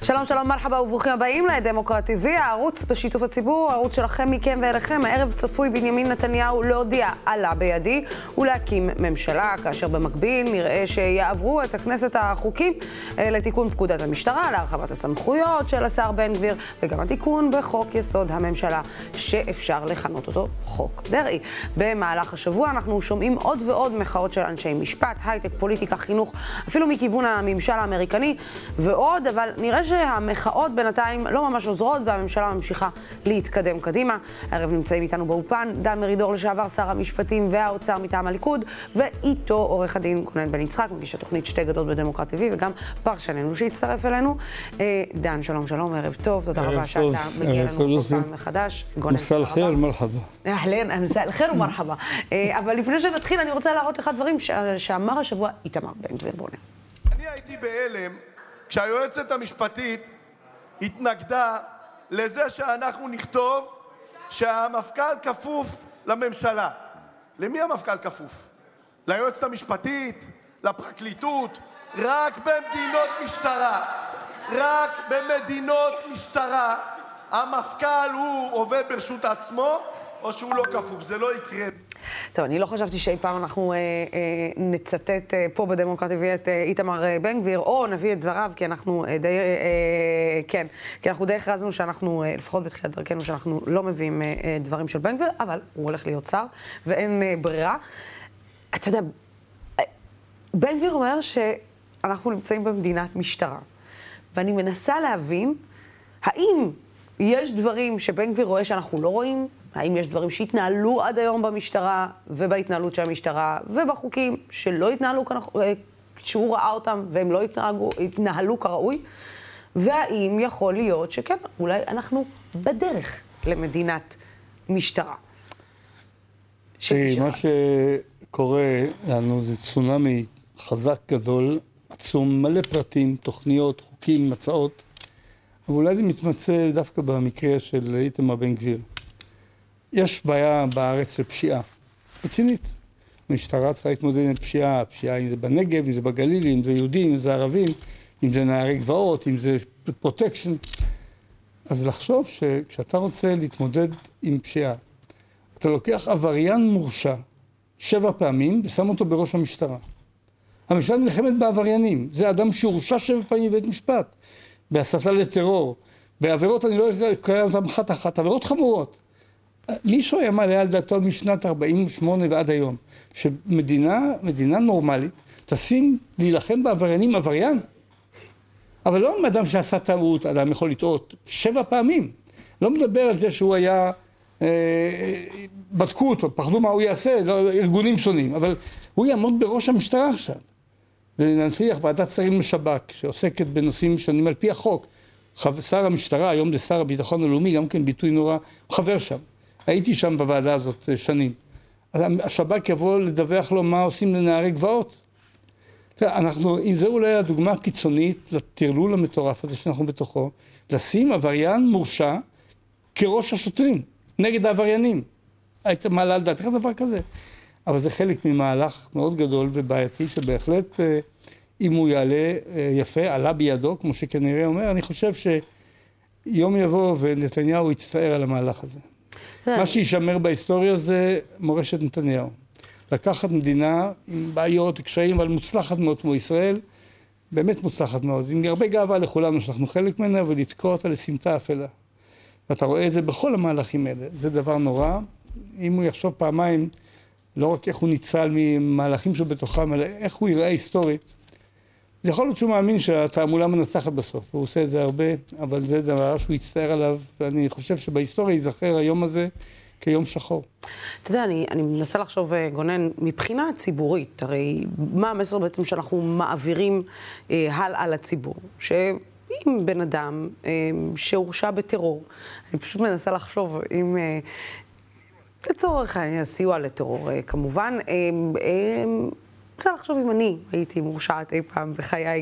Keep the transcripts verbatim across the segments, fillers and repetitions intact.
שלום שלום, מרחבה וברוכים הבאים לדמוקרט טי וי, הערוץ בשיתוף הציבור, הערוץ שלכם מכם ואליכם. הערב צפוי בנימין נתניהו להודיע עלה בידי ולהקים ממשלה, כאשר במקביל נראה שיעברו את הכנסת החוקים לתיקון פקודת המשטרה, להרחבת הסמכויות של השר בן גביר, וגם התיקון בחוק יסוד הממשלה, שאפשר לכנות אותו חוק דרעי. במהלך השבוע אנחנו שומעים עוד ועוד מחאות של אנשי משפט, הייטק, פוליטיקה, חינוך, אפילו מכיוון הממשל האמריקני ועוד, אבל נראה שהמחאות בינתיים לא ממש עוזרות והממשלה ממשיכה להתקדם קדימה. הערב נמצאים איתנו באופן דן מרידור, לשעבר שר המשפטים והאוצר מטעם הליכוד, ואיתו עורך הדין גונן בן יצחק, מגיש התוכנית שתי גדות בדמוקרט טי וי, וגם פרשננו שהצטרף אלינו. דן, שלום שלום, ערב טוב, תודה רבה שאתה מגיע לנו כל פעם מחדש. גונן, מסע אל-חיר, מרחבה. אהלן, מסע אל-חיר ומרחבה. אבל לפני שנתחיל, אני רוצה להראות לך דברים שאמר השבוע איתמר בן גביר. בונה. אני הייתי בהלם כשהיועצת המשפטית התנגדה לזה שאנחנו נכתוב שהמפכ"ל כפוף לממשלה. למי המפכ"ל כפוף? ליועצת המשפטית? לפרקליטות? רק במדינות משטרה, רק במדינות משטרה המפכ"ל הוא עובד ברשות עצמו או שהוא לא כפוף. זה לא יקרה. טוב, אני לא חשבתי שאי פעם אנחנו אה, אה, נצטט אה, פה בדמוקרט טי וי את אה, איתמר אה, בן גביר, או נביא את דבריו, כי אנחנו אה, די, אה, אה, כן, כי אנחנו די הכרזנו שאנחנו, אה, לפחות בתחילת דרכנו, שאנחנו לא מביאים אה, אה, דברים של בן גביר, אבל הוא הולך להיות שר, ואין אה, ברירה. אתה יודע, אה, בן גביר אומר שאנחנו נמצאים במדינת משטרה, ואני מנסה להבין, האם יש דברים שבן גביר רואה שאנחנו לא רואים? האם יש דברים שהתנהלו עד היום במשטרה ובהתנהלות של המשטרה ובחוקים שלא התנהלו כשהוא ראה אותם והם לא התנהגו, התנהלו כראוי? והאם יכול להיות שכן, אולי אנחנו בדרך למדינת משטרה? מה שקורה לנו זה צונאמי חזק גדול, עצום, מלא פרטים, תוכניות, חוקים, הצעות, אבל אולי זה מתמצא דווקא במקרה של איתמר בן גביר. יש בעיה בארץ של פשיעה רצינית. המשטרה צריכה להתמודד עם פשיעה, פשיעה אם זה בנגב, אם זה בגליל, אם זה יהודים, אם זה ערבים, אם זה נערי גבעות, אם זה פרוטקשן. אז לחשוב שכשאתה רוצה להתמודד עם פשיעה, אתה לוקח עבריין מורשע שבע פעמים ושם אותו בראש המשטרה. המשטרה נלחמת בעבריינים. זה אדם שהורשע שבע פעמים בבית משפט, בהסתה לטרור, בעבירות, אני לא אקרא אותם אחת אחת, עבירות חמורות. מישהו היה מעלה על דעתו משנת ארבעים ושמונה ועד היום, שמדינה, מדינה נורמלית, תשים להילחם בעבריינים עבריין. אבל לא אדם שעשה טעות, אדם יכול לטעות שבע פעמים. לא מדבר על זה שהוא היה, אה, בדקו אותו, פחדו מה הוא יעשה, לא, ארגונים שונים, אבל הוא יעמוד בראש המשטרה עכשיו. ונצליח ועדת שרים לשב"כ, שעוסקת בנושאים שונים על פי החוק. שר המשטרה, היום זה שר הביטחון הלאומי, גם כן ביטוי נורא, הוא חבר שם. הייתי שם בוועדה הזאת שנים. אז השב"כ יבוא לדווח לו מה עושים לנערי גבעות. אנחנו, אם זה אולי הדוגמה הקיצונית לטרלול המטורף הזה שאנחנו בתוכו, לשים עבריין מורשע כראש השוטרים, נגד העבריינים. היית מעלה על דעת, איך דבר כזה? אבל זה חלק ממהלך מאוד גדול ובעייתי, שבהחלט, אם הוא יעלה יפה, עלה בידו, כמו שכנראה אומר, אני חושב שיום יבוא ונתניהו יצטער על המהלך הזה. מה שישמר בהיסטוריה זה מורשת נתניהו. לקחת מדינה עם בעיות, קשיים, אבל מוצלחת מאוד כמו ישראל, באמת מוצלחת מאוד, עם הרבה גאווה לכולנו שאנחנו חלק ממנה, ולתקוע אותה לסמטה אפלה. ואתה רואה את זה בכל המהלכים האלה. זה דבר נורא. אם הוא יחשוב פעמיים, לא רק איך הוא ניצל ממהלכים שבתוכם, אלא איך הוא יראה היסטורית, זה יכול להיות שהוא מאמין שהתעמולה מנצחת בסוף, הוא עושה את זה הרבה, אבל זה דבר שהוא יצטער עליו, ואני חושב שבהיסטוריה ייזכר היום הזה כיום שחור. אתה יודע, אני, אני מנסה לחשוב, גונן, מבחינה ציבורית, הרי מה המסר בעצם שאנחנו מעבירים אה, הלאה לציבור? שאם בן אדם אה, שהורשע בטרור, אני פשוט מנסה לחשוב אם... אה, לצורך הסיוע לטרור, אה, כמובן, אה, אה, רוצה לחשוב אם אני הייתי מורשעת אי פעם בחיי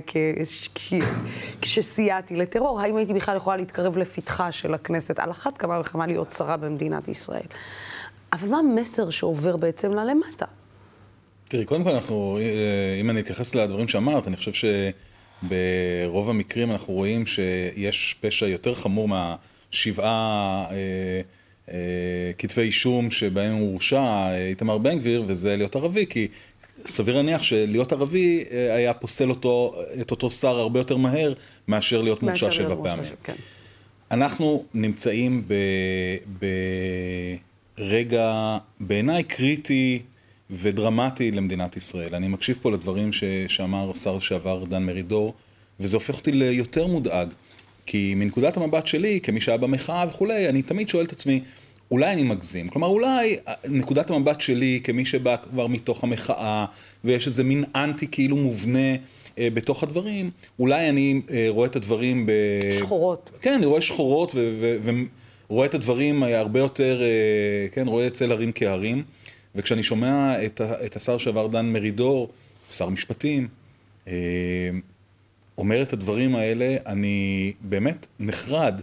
כשסייעתי לטרור, האם הייתי בכלל יכולה להתקרב לפתחה של הכנסת, על אחת כמה וכמה להיות שרה במדינת ישראל. אבל מה המסר שעובר בעצם ללמטה? תראי, קודם כל אנחנו, אם אני אתייחס לדברים שאמרת, אני חושב ברוב המקרים אנחנו רואים שיש פשע יותר חמור מהשבעה אה, אה, כתבי אישום שבהם הוא הורשע איתמר בן גביר, וזה להיות ערבי, כי סביר להניח שלהיות ערבי היה פוסל אותו, את אותו שר הרבה יותר מהר מאשר להיות מורשע שבע פעמים. כן. אנחנו נמצאים ב, ברגע בעיניי קריטי ודרמטי למדינת ישראל. אני מקשיב פה לדברים ש, שאמר השר לשעבר דן מרידור, וזה הופך אותי ליותר מודאג, כי מנקודת המבט שלי, כמי שהיה במחאה וכולי, אני תמיד שואל את עצמי, אולי אני מגזים. כלומר, אולי נקודת המבט שלי, כמי שבא כבר מתוך המחאה, ויש איזה מין אנטי כאילו מובנה אה, בתוך הדברים, אולי אני אה, רואה את הדברים ב... שחורות. כן, אני רואה שחורות, ורואה את הדברים הרבה יותר, אה, כן, רואה אצל הרים כהרים, וכשאני שומע את, את השר שעבר דן מרידור, שר משפטים, אה, אומר את הדברים האלה, אני באמת נחרד,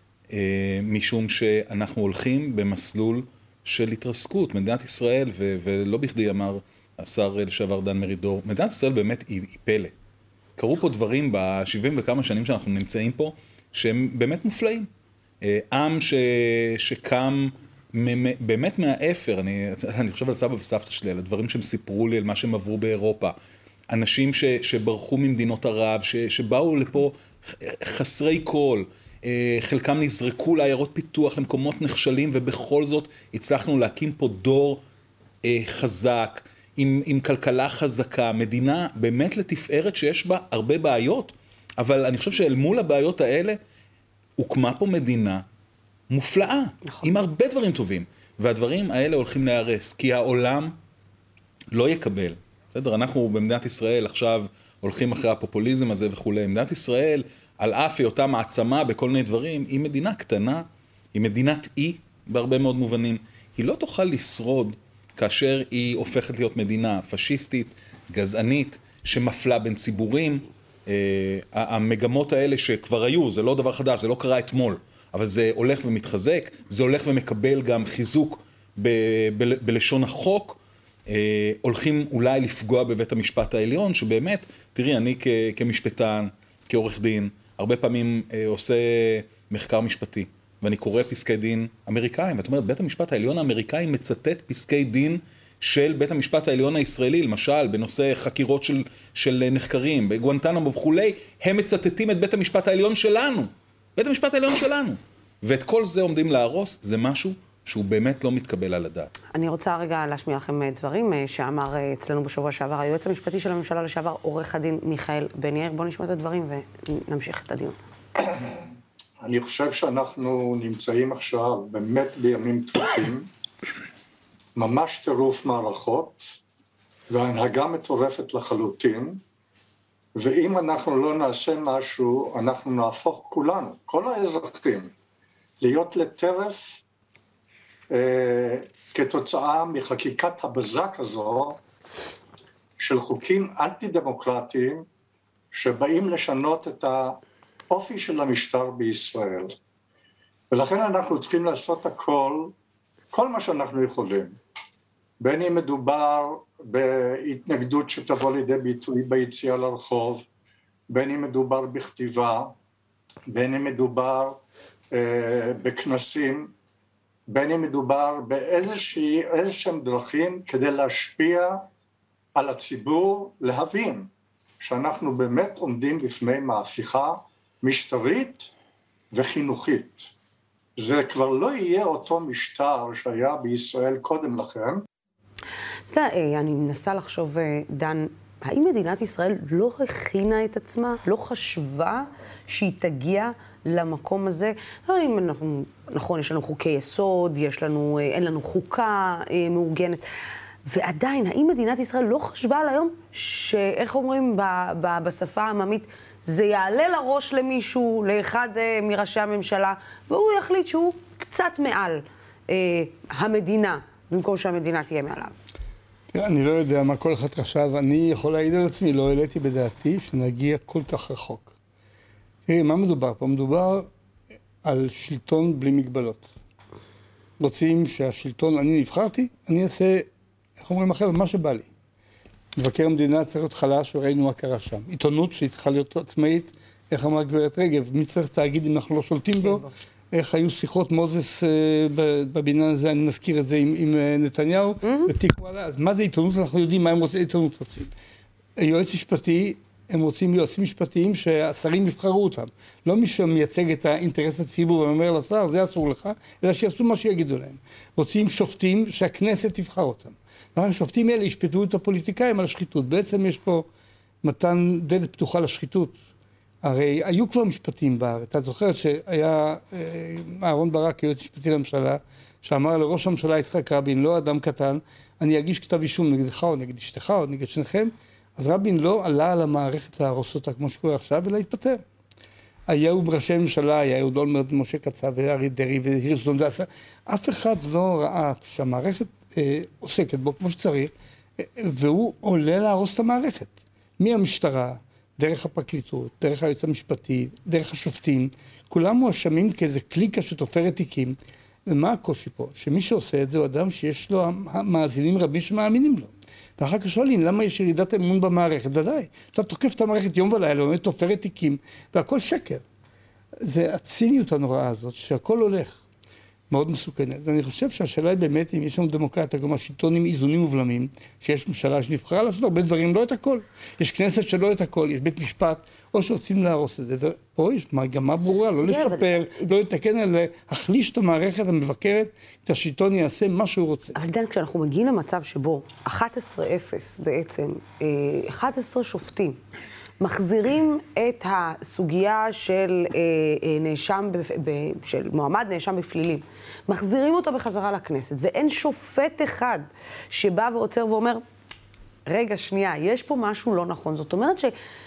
משום שאנחנו הולכים במסלול של התרסקות. מדינת ישראל, ו- ולא בכדי אמר השר לשעבר דן מרידור, מדינת ישראל באמת היא, היא פלא. קרו פה דברים בשבעים וכמה שנים שאנחנו נמצאים פה, שהם באמת מופלאים. עם ש- שקם באמת מהאפר, אני, אני חושב על סבא וסבתא שלי, על הדברים שהם סיפרו לי, על מה שהם עברו באירופה. אנשים ש- שברחו ממדינות ערב, ש- שבאו לפה חסרי קול, חלקם נזרקו לעיירות פיתוח, למקומות נחשלים, ובכל זאת הצלחנו להקים פה דור אה, חזק, עם, עם כלכלה חזקה, מדינה באמת לתפארת שיש בה הרבה בעיות, אבל אני חושב שאל מול הבעיות האלה, הוקמה פה מדינה מופלאה, נכון. עם הרבה דברים טובים, והדברים האלה הולכים להירס, כי העולם לא יקבל. בסדר, אנחנו במדינת ישראל עכשיו הולכים אחרי הפופוליזם הזה וכולי. מדינת ישראל, על אף היותה מעצמה בכל מיני דברים, היא מדינה קטנה, היא מדינת אי בהרבה מאוד מובנים. היא לא תוכל לשרוד כאשר היא הופכת להיות מדינה פשיסטית, גזענית, שמפלה בין ציבורים. אה, המגמות האלה שכבר היו, זה לא דבר חדש, זה לא קרה אתמול, אבל זה הולך ומתחזק, זה הולך ומקבל גם חיזוק ב- ב- בלשון החוק, אה, הולכים אולי לפגוע בבית המשפט העליון, שבאמת, תראי, אני כ- כמשפטן, כעורך דין, הרבה פעמים אה, עושה מחקר משפטי, ואני קורא פסקי דין אמריקאים, ואת אומרת, בית המשפט העליון האמריקאי מצטט פסקי דין של בית המשפט העליון הישראלי, למשל, בנושא חקירות של, של נחקרים, בגואנטנמו וכולי, הם מצטטים את בית המשפט העליון שלנו, בית המשפט העליון שלנו. ואת כל זה עומדים להרוס, זה משהו שהוא באמת לא מתקבל על הדעת. אני רוצה רגע להשמיע לכם דברים שאמר אצלנו בשבוע שעבר, היועץ המשפטי של הממשלה לשעבר, עורך הדין מיכאל בן יאיר. בואו נשמע את הדברים ונמשיך את הדיון. אני חושב שאנחנו נמצאים עכשיו באמת בימים טרופים, ממש טירוף מערכות, והנהגה מטורפת לחלוטין, ואם אנחנו לא נעשה משהו, אנחנו נהפוך כולנו, כל האזרחים, להיות לטרף אה, כתוצאה מחקיקת הבזק הזו, של חוקים אנטי-דמוקרטיים, שבאים לשנות את האופי של המשטר בישראל. ולכן אנחנו צריכים לעשות הכל, כל מה שאנחנו יכולים. בין אם מדובר בהתנגדות שתבוא לידי ביטוי ביציאה לרחוב, בין אם מדובר בכתיבה, בין אם מדובר אה, בכנסים, בין אם מדובר באיזשהם דרכים כדי להשפיע על הציבור, להבין שאנחנו באמת עומדים בפני מהפכה משטרית וחינוכית. זה כבר לא יהיה אותו משטר שהיה בישראל קודם לכן. אתה יודע, אני מנסה לחשוב, דן, האם מדינת ישראל לא הכינה את עצמה, לא חשבה שהיא תגיע למקום הזה? האם אנחנו, נכון, יש לנו חוקי יסוד, יש לנו, אין לנו חוקה מאורגנת, ועדיין, האם מדינת ישראל לא חשבה על היום שאיך אומרים ב, ב, בשפה העממית, זה יעלה לראש למישהו, לאחד אה, מראשי הממשלה, והוא יחליט שהוא קצת מעל אה, המדינה, במקום שהמדינה תהיה מעליו. אני לא יודע מה כל אחד חשב, אני יכול להעיד על עצמי, לא העליתי בדעתי שנגיע כל כך רחוק. תראי, מה מדובר פה? מדובר על שלטון בלי מגבלות. רוצים שהשלטון, אני נבחרתי, אני אעשה, איך אומרים אחר, מה שבא לי. מבקר המדינה צריך להיות חלש, וראינו מה קרה שם. עיתונות שהיא צריכה להיות עצמאית, איך אמרה גברת רגב, מי צריך תאגיד אם אנחנו לא שולטים בו? איך היו שיחות מוזס בבניין הזה, אני מזכיר את זה עם, עם נתניהו, ותיק וואלה, אז מה זה עיתונות? אנחנו יודעים מה הם רוצים, עיתונות רוצים. יועץ משפטי, הם רוצים יועצים משפטיים שהשרים יבחרו אותם. לא מי שמייצג את האינטרס הציבור ואומר לשר, זה אסור לך, אלא שיעשו מה שיגידו להם. רוצים שופטים שהכנסת תבחר אותם. השופטים האלה ישפטו את הפוליטיקאים על השחיתות. בעצם יש פה מתן דלת פתוחה לשחיתות. הרי היו כבר משפטים בארץ. אתה זוכר שהיה אהרון ברק, יועץ משפטי לממשלה, שאמר לראש הממשלה יצחק רבין, לא אדם קטן, אני אגיש כתב אישום נגדך או נגד אשתך או נגד שניכם. אז רבין לא עלה על המערכת להרוס אותה כמו שקורה עכשיו, אלא התפטר. היו ראשי ממשלה, היה אהוד אולמרט, משה קצב ואריה דרעי והירשזון, אף אחד לא ראה שהמערכת אה, עוסקת בו כמו שצריך, אה, והוא עולה להרוס את המערכת. מהמשטרה, דרך הפרקליטות, דרך היועץ המשפטי, דרך השופטים, כולם מואשמים כאיזה קליקה שתופרת תיקים. ומה הקושי פה? שמי שעושה את זה הוא אדם שיש לו מאזינים רבים שמאמינים לו. ואחר כך שואלים, למה יש ירידת אמון במערכת? ודאי, אתה תוקף את המערכת יום ולילה, ואומר, תופרת תיקים, והכל שקר. זה הציניות הנוראה הזאת, שהכל הולך. מאוד מסוכנת. ואני חושב שהשאלה היא באמת, אם יש לנו דמוקרטיה, גם השלטון עם איזונים ובלמים, שיש ממשלה שנבחרה לעשות הרבה דברים, לא את הכל. יש כנסת שלא את הכל, יש בית משפט, או שרוצים להרוס את זה. ופה יש מגמה ברורה, לא לשפר, לא לתקן, אלא להחליש את המערכת המבקרת, את השלטון יעשה מה שהוא רוצה. אבל דן, כשאנחנו מגיעים למצב שבו אחת עשרה אפס בעצם, אחת עשרה שופטים, מחזירים את הסוגיה של אה, אה, נאשם, ב, ב, של מועמד נאשם בפלילים, מחזירים אותו בחזרה לכנסת, ואין שופט אחד שבא ועוצר ואומר, רגע, שנייה, יש פה משהו לא נכון. זאת אומרת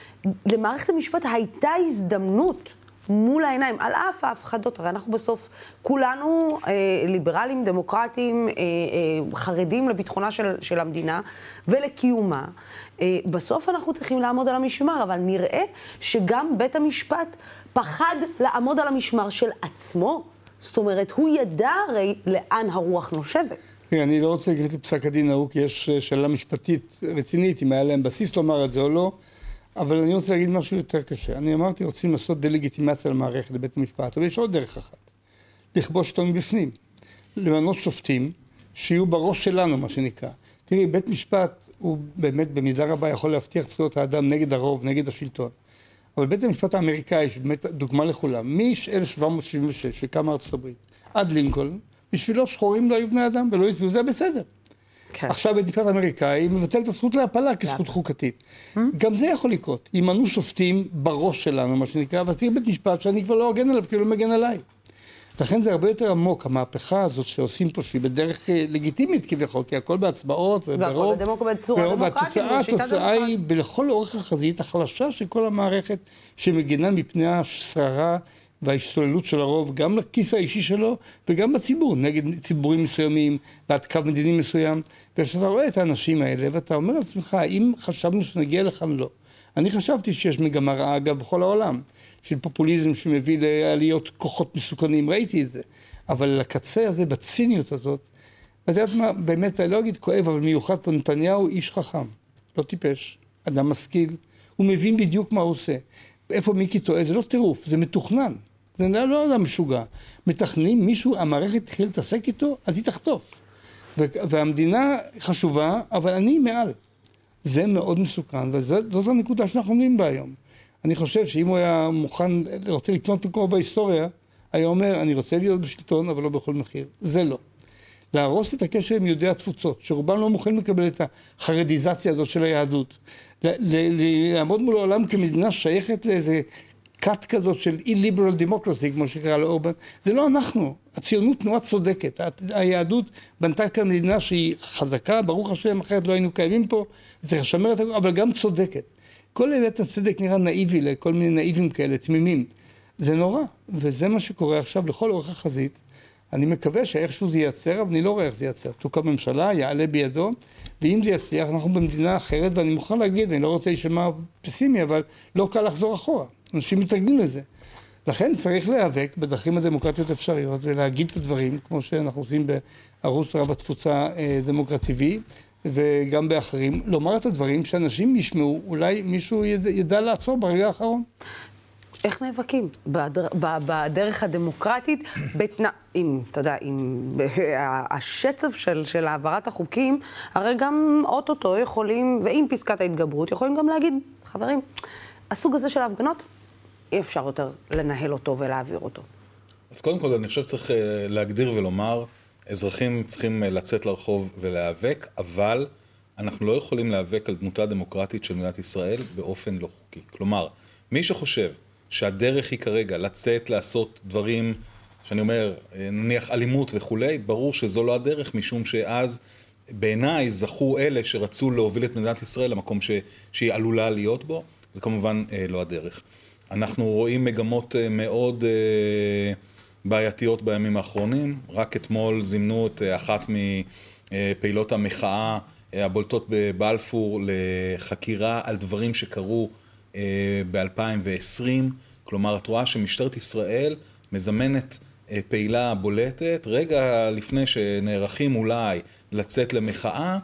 שלמערכת המשפט הייתה הזדמנות מול העיניים, על אף ההפחדות, הרי אנחנו בסוף כולנו אה, ליברלים, דמוקרטים, אה, אה, חרדים לביטחונה של, של המדינה ולקיומה. אה, בסוף אנחנו צריכים לעמוד על המשמר, אבל נראה שגם בית המשפט פחד לעמוד על המשמר של עצמו. זאת אומרת, הוא ידע הרי לאן הרוח נושבת. אני לא רוצה לקרוא את פסק הדין ההוא, כי יש שאלה משפטית רצינית, אם היה להם בסיס לומר את זה או לא, אבל אני רוצה להגיד משהו יותר קשה. אני אמרתי, רוצים לעשות דה-לגיטימציה למערכת, לבית המשפט, אבל יש עוד דרך אחת. לכבוש אותו מבפנים. למנות שופטים שיהיו בראש שלנו, מה שנקרא. תראי, בית משפט הוא באמת במידה רבה יכול להבטיח זכויות האדם נגד הרוב, נגד השלטון. אבל בית המשפט האמריקאי, שבאמת דוגמה לכולם, מ-אלף שבע מאות שבעים ושש, שקמה ארצות הברית, עד לינקולן, בשבילו שחורים לא היו בני אדם ולא הצביעו, זה בסדר. כן. עכשיו בית המשפט האמריקאי מבטל את הזכות להפלה כזכות חוקתית. Hmm? גם זה יכול לקרות. ימנו שופטים בראש שלנו, מה שנקרא, ואז תראה בית משפט שאני כבר לא אגן עליו, כי הוא לא מגן עליי. לכן זה הרבה יותר עמוק, המהפכה הזאת שעושים פה, שהיא בדרך לגיטימית כביכול, כי הכל בהצבעות וברוב, בצורה דמוקרטית, והתוצאה היא בכל אורך החזית, החלשה של כל המערכת שמגינה מפני השררה וההשתוללות של הרוב, גם לכיס האישי שלו וגם בציבור, נגד ציבורים מסוימים, בעד קו מדיני מסוים. וכשאתה רואה את האנשים האלה ואתה אומר לעצמך, אם חשבנו שנגיע לכאן, לא. אני חשבתי שיש מגמה רעה, אגב, בכל העולם, של פופוליזם שמביא לעליות כוחות מסוכנים, ראיתי את זה. אבל לקצה הזה, בציניות הזאת, ואתה יודעת מה, באמת, אני לא אגיד כואב, אבל מיוחד פה נתניהו, איש חכם, לא טיפש, אדם משכיל, הוא מבין בדיוק מה הוא עושה. איפה מיקי טועה, זה לא טירוף, זה מתוכנן. זה לא אדם משוגע. מתכננים מישהו, המערכת תתחיל להתעסק איתו, אז היא תחטוף. והמדינה חשובה, אבל אני מעל. זה מאוד מסוכן, וזאת הנקודה שאנחנו עומדים בה היום. אני חושב שאם הוא היה מוכן, רוצה לקנות מקום בהיסטוריה, היה אומר, אני רוצה להיות בשלטון, אבל לא בכל מחיר. זה לא. להרוס את הקשר עם יהודי התפוצות, שרובם לא מוכנים לקבל את החרדיזציה הזאת של היהדות. לעמוד מול העולם כמדינה שייכת לאיזה קאט כזאת של אי-ליברל דמוקרסי, כמו שקרא לאורבן. זה לא אנחנו. הציונות תנועה צודקת. היהדות בנתה כאן מדינה שהיא חזקה, ברוך השם, אחרת לא היינו קיימים פה, צריך לשמר את הכל, אבל גם צודקת. כל היבט הצדק נראה נאיבי לכל מיני נאיבים כאלה, תמימים. זה נורא, וזה מה שקורה עכשיו לכל אורך החזית. אני מקווה שאיכשהו זה ייצר, אבל אני לא רואה איך זה ייצר. תוקם ממשלה, יעלה בידו, ואם זה יצליח, אנחנו במדינה אחרת, ואני מוכן להגיד, אני לא רוצה להישמע פסימי, אבל לא קל לחזור אחורה. אנשים מתרגלים לזה. לכן צריך להיאבק בדרכים הדמוקרטיות אפשריות, ולהגיד את הדברים, כמו שאנחנו עושים בערוץ רב התפוצה דמוקרט טי וי, וגם באחרים, לומר את הדברים שאנשים ישמעו, אולי מישהו ידע, ידע לעצור ברגע האחרון. איך נאבקים? בדר, בדרך הדמוקרטית, בתנא, אם, אתה יודע, אם השצף של, של העברת החוקים, הרי גם אוטוטו יכולים, ועם פסקת ההתגברות, יכולים גם להגיד, חברים, הסוג הזה של ההפגנות, אי אפשר יותר לנהל אותו ולהעביר אותו. אז קודם כל, אני חושב שצריך להגדיר ולומר, אזרחים צריכים לצאת לרחוב ולהיאבק, אבל אנחנו לא יכולים להיאבק על דמותה הדמוקרטית של מדינת ישראל באופן לא חוקי. כלומר, מי שחושב שהדרך היא כרגע לצאת לעשות דברים, שאני אומר, נניח אלימות וכולי, ברור שזו לא הדרך, משום שאז בעיניי זכו אלה שרצו להוביל את מדינת ישראל למקום ש... שהיא עלולה להיות בו, זה כמובן לא הדרך. אנחנו רואים מגמות מאוד בעייתיות בימים האחרונים, רק אתמול זימנו את אחת מפעילות המחאה הבולטות בבלפור לחקירה על דברים שקרו ב-אלפיים ועשרים, כלומר את רואה שמשטרת ישראל מזמנת פעילה בולטת, רגע לפני שנערכים אולי לצאת למחאה,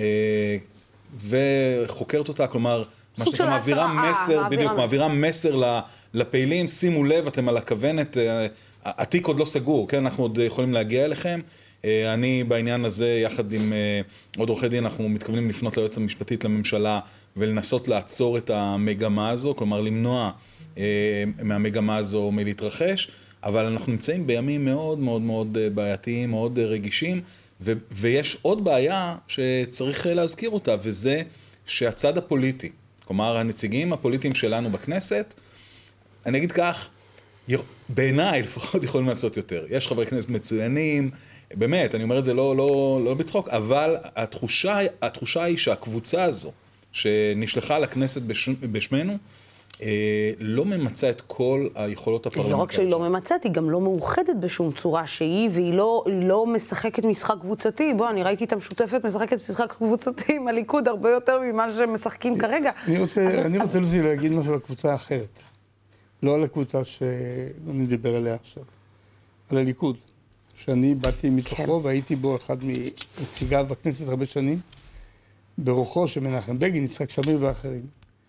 וחוקרת אותה, כלומר, מה שנקרא, מעבירה מסר, בדיוק, מעבירה מסר לפעילים, שימו לב, אתם על הכוונת, התיק עוד לא סגור, כן, אנחנו עוד יכולים להגיע אליכם, אני בעניין הזה, יחד עם עוד עורכי דין, אנחנו מתכוונים לפנות ליועץ המשפטית לממשלה, ולנסות לעצור את המגמה הזו, כלומר למנוע מהמגמה הזו מלהתרחש, אבל אנחנו נמצאים בימים מאוד מאוד מאוד בעייתיים, מאוד רגישים, ו- ויש עוד בעיה שצריך להזכיר אותה, וזה שהצד הפוליטי, כלומר הנציגים הפוליטיים שלנו בכנסת, אני אגיד כך, בעיניי לפחות יכולים לעשות יותר. יש חברי כנסת מצוינים, באמת, אני אומר את זה לא, לא, לא בצחוק, אבל התחושה, התחושה היא שהקבוצה הזו, שנשלחה לכנסת בש... בשמנו, לא ממצה את כל היכולות הפרלמנטריות. לא רק שהיא לא ממצאת, היא גם לא מאוחדת בשום צורה שהיא, והיא לא, לא משחקת משחק קבוצתי. בוא, אני ראיתי את המשותפת משחקת משחק קבוצתי עם הליכוד הרבה יותר ממה שמשחקים כרגע. אני רוצה, אבל... אני רוצה לזה להגיד משהו על הקבוצה האחרת. לא על הקבוצה שאני מדבר עליה עכשיו. על הליכוד. שאני באתי מתוכו כן. והייתי בו אחד מנציגיו בכנסת הרבה שנים, ברוחו של מנחם בגין, יצחק שמיר ואחרים.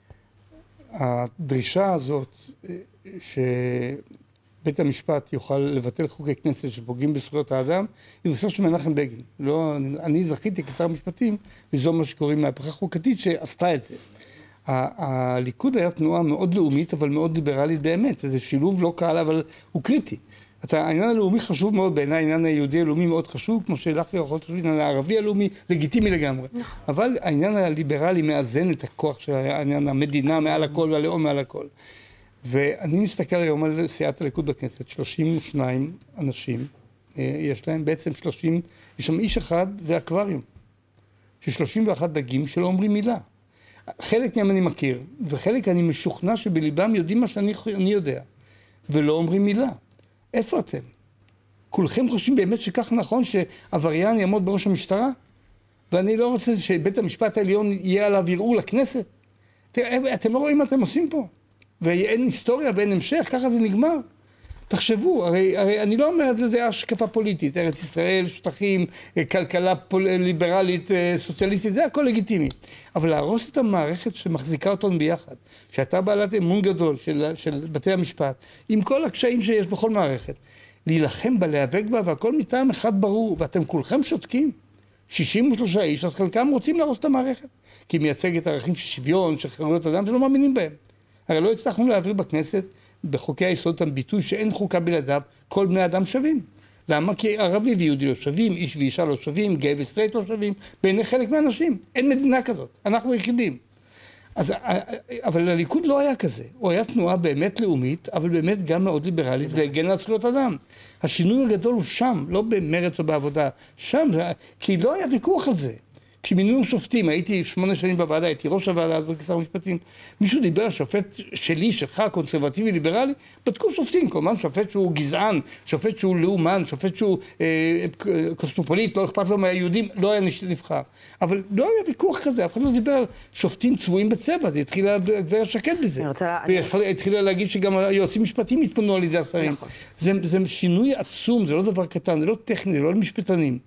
הדרישה הזאת שבית המשפט יוכל לבטל חוקי כנסת שפוגעים בזכויות האדם, היא דרישה של מנחם בגין. לא, אני זכיתי כשר המשפטים ליזום מה שקוראים מהפכה חוקתית שעשתה את זה. הליכוד היה תנועה מאוד לאומית, אבל מאוד ליברלית באמת. זה שילוב לא קל, אבל הוא קריטי. העניין הלאומי חשוב מאוד, בעיניי העניין היהודי הלאומי מאוד חשוב, כמו שלך יכול להיות העניין הערבי הלאומי, לגיטימי לגמרי. אבל העניין הליברלי מאזן את הכוח של העניין המדינה מעל הכל והלאום מעל הכל. ואני מסתכל היום על סיעת הליכוד בכנסת, שלושים ושניים אנשים, יש להם בעצם שלושים, יש שם איש אחד ואקווריום, ש-שלושים ואחת דגים שלא אומרים מילה. חלק מהם אני מכיר, וחלק אני משוכנע שבליבם יודעים מה שאני יודע, ולא אומרים מילה. איפה אתם? כולכם חושבים באמת שכך נכון שעבריין יעמוד בראש המשטרה? ואני לא רוצה שבית המשפט העליון יהיה עליו ערעור לכנסת? אתם לא רואים מה אתם עושים פה? ואין היסטוריה ואין המשך, ככה זה נגמר. תחשבו, הרי, הרי אני לא אומר את זה השקפה פוליטית, ארץ ישראל, שטחים, כלכלה פול, ליברלית, סוציאליסטית, זה הכל לגיטימי. אבל להרוס את המערכת שמחזיקה אותנו ביחד, שאתה בעלת אמון גדול של, של בתי המשפט, עם כל הקשיים שיש בכל מערכת, להילחם בה, להיאבק בה, והכל מטעם אחד ברור, ואתם כולכם שותקים. שישים ושלושה איש, אז חלקם רוצים להרוס את המערכת, כי מייצגת ערכים של שוויון, של חירויות אדם, שלא מאמינים בהם. הרי לא הצלחנו להעביר בכנסת, בחוקי היסוד את הביטוי שאין חוקה בלעדיו, כל בני אדם שווים. למה? כי ערבי ויהודי לא שווים, איש ואישה לא שווים, גיי וסטרייט לא שווים, בעיני חלק מהאנשים. אין מדינה כזאת, אנחנו יחידים. אז, אבל הליכוד לא היה כזה. הוא היה תנועה באמת לאומית, אבל באמת גם מאוד ליברלית והגן על זכויות אדם. השינוי הגדול הוא שם, לא במרץ או בעבודה. שם, כי לא היה ויכוח על זה. כשמינו שופטים, הייתי שמונה שנים בוועדה, הייתי ראש הוועדה הזאת כשר המשפטים, מישהו דיבר, שופט שלי, שלך, קונסרבטיבי, ליברלי, בדקו שופטים, כלומר שופט שהוא גזען, שופט שהוא לאומן, שופט שהוא אה, קוסמופוליט, לא אכפת לו מהיהודים, לא היה נבחר. אבל לא היה ויכוח כזה, אף אחד לא דיבר על שופטים צבועים בצבע, זה התחילה דבר שקט בזה. והתחילה להגיד שגם היועצים משפטיים התפנו על ידי השרים. זה, זה שינוי עצום, זה לא דבר קטן, זה לא טכני, זה לא משפטנים.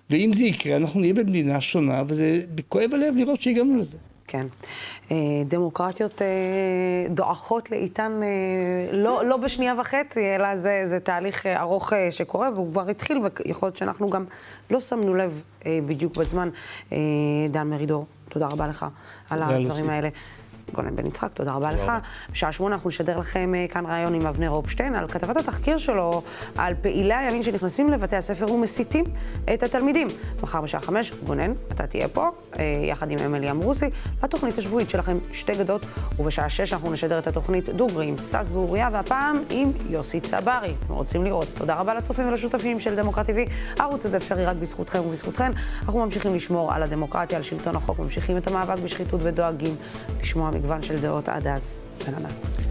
ואם זה יקרה, אנחנו נהיה במדינה שונה, וזה כואב הלב לראות שהגענו לזה. כן. דמוקרטיות דועכות לאיתן לא, לא בשנייה וחצי, אלא זה, זה תהליך ארוך שקורה, והוא כבר התחיל, ויכול להיות שאנחנו גם לא שמנו לב בדיוק בזמן. דן מרידור, תודה רבה לך על הדברים האלה. גונן בן יצחק, תודה רבה לך. בשעה שמונה אנחנו נשדר לכם כאן רעיון עם אבנר אופשטיין על כתבת התחקיר שלו על פעילי הימין שנכנסים לבתי הספר ומסיתים את התלמידים. מחר בשעה חמש, גונן, אתה תהיה פה, יחד עם אמילי אמרוסי, לתוכנית השבועית שלכם שתי גדות, ובשעה שש אנחנו נשדר את התוכנית דוגרי עם סס ואוריה, והפעם עם יוסי צברי. אתם רוצים לראות. תודה רבה לצופים ולשותפים של דמוקרט טי וי. הערוץ הזה אפשרי רק בזכותכם ובזכותכן. אנחנו ממשיכים לשמור על הדמוקרטיה, על שלטון החוק, ממשיכים את המאבק בשחיתות ודואגים לשמוע מגוון של דעות עד אז. סלמת.